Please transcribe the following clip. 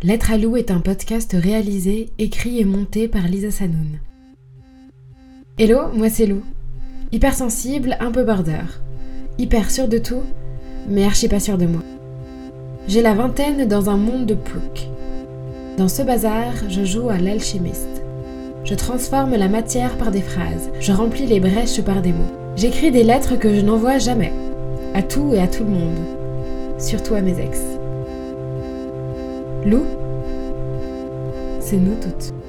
Lettre à Lou est un podcast réalisé, écrit et monté par Lisa Sanoun. Hello, moi c'est Lou. Hypersensible, un peu border. Hyper sûre de tout, mais archi pas sûre de moi. J'ai la vingtaine dans un monde de plouc. Dans ce bazar, je joue à l'alchimiste. Je transforme la matière par des phrases. Je remplis les brèches par des mots. J'écris des lettres que je n'envoie jamais. À tout et à tout le monde. Surtout à mes ex. Lou, c'est nous toutes.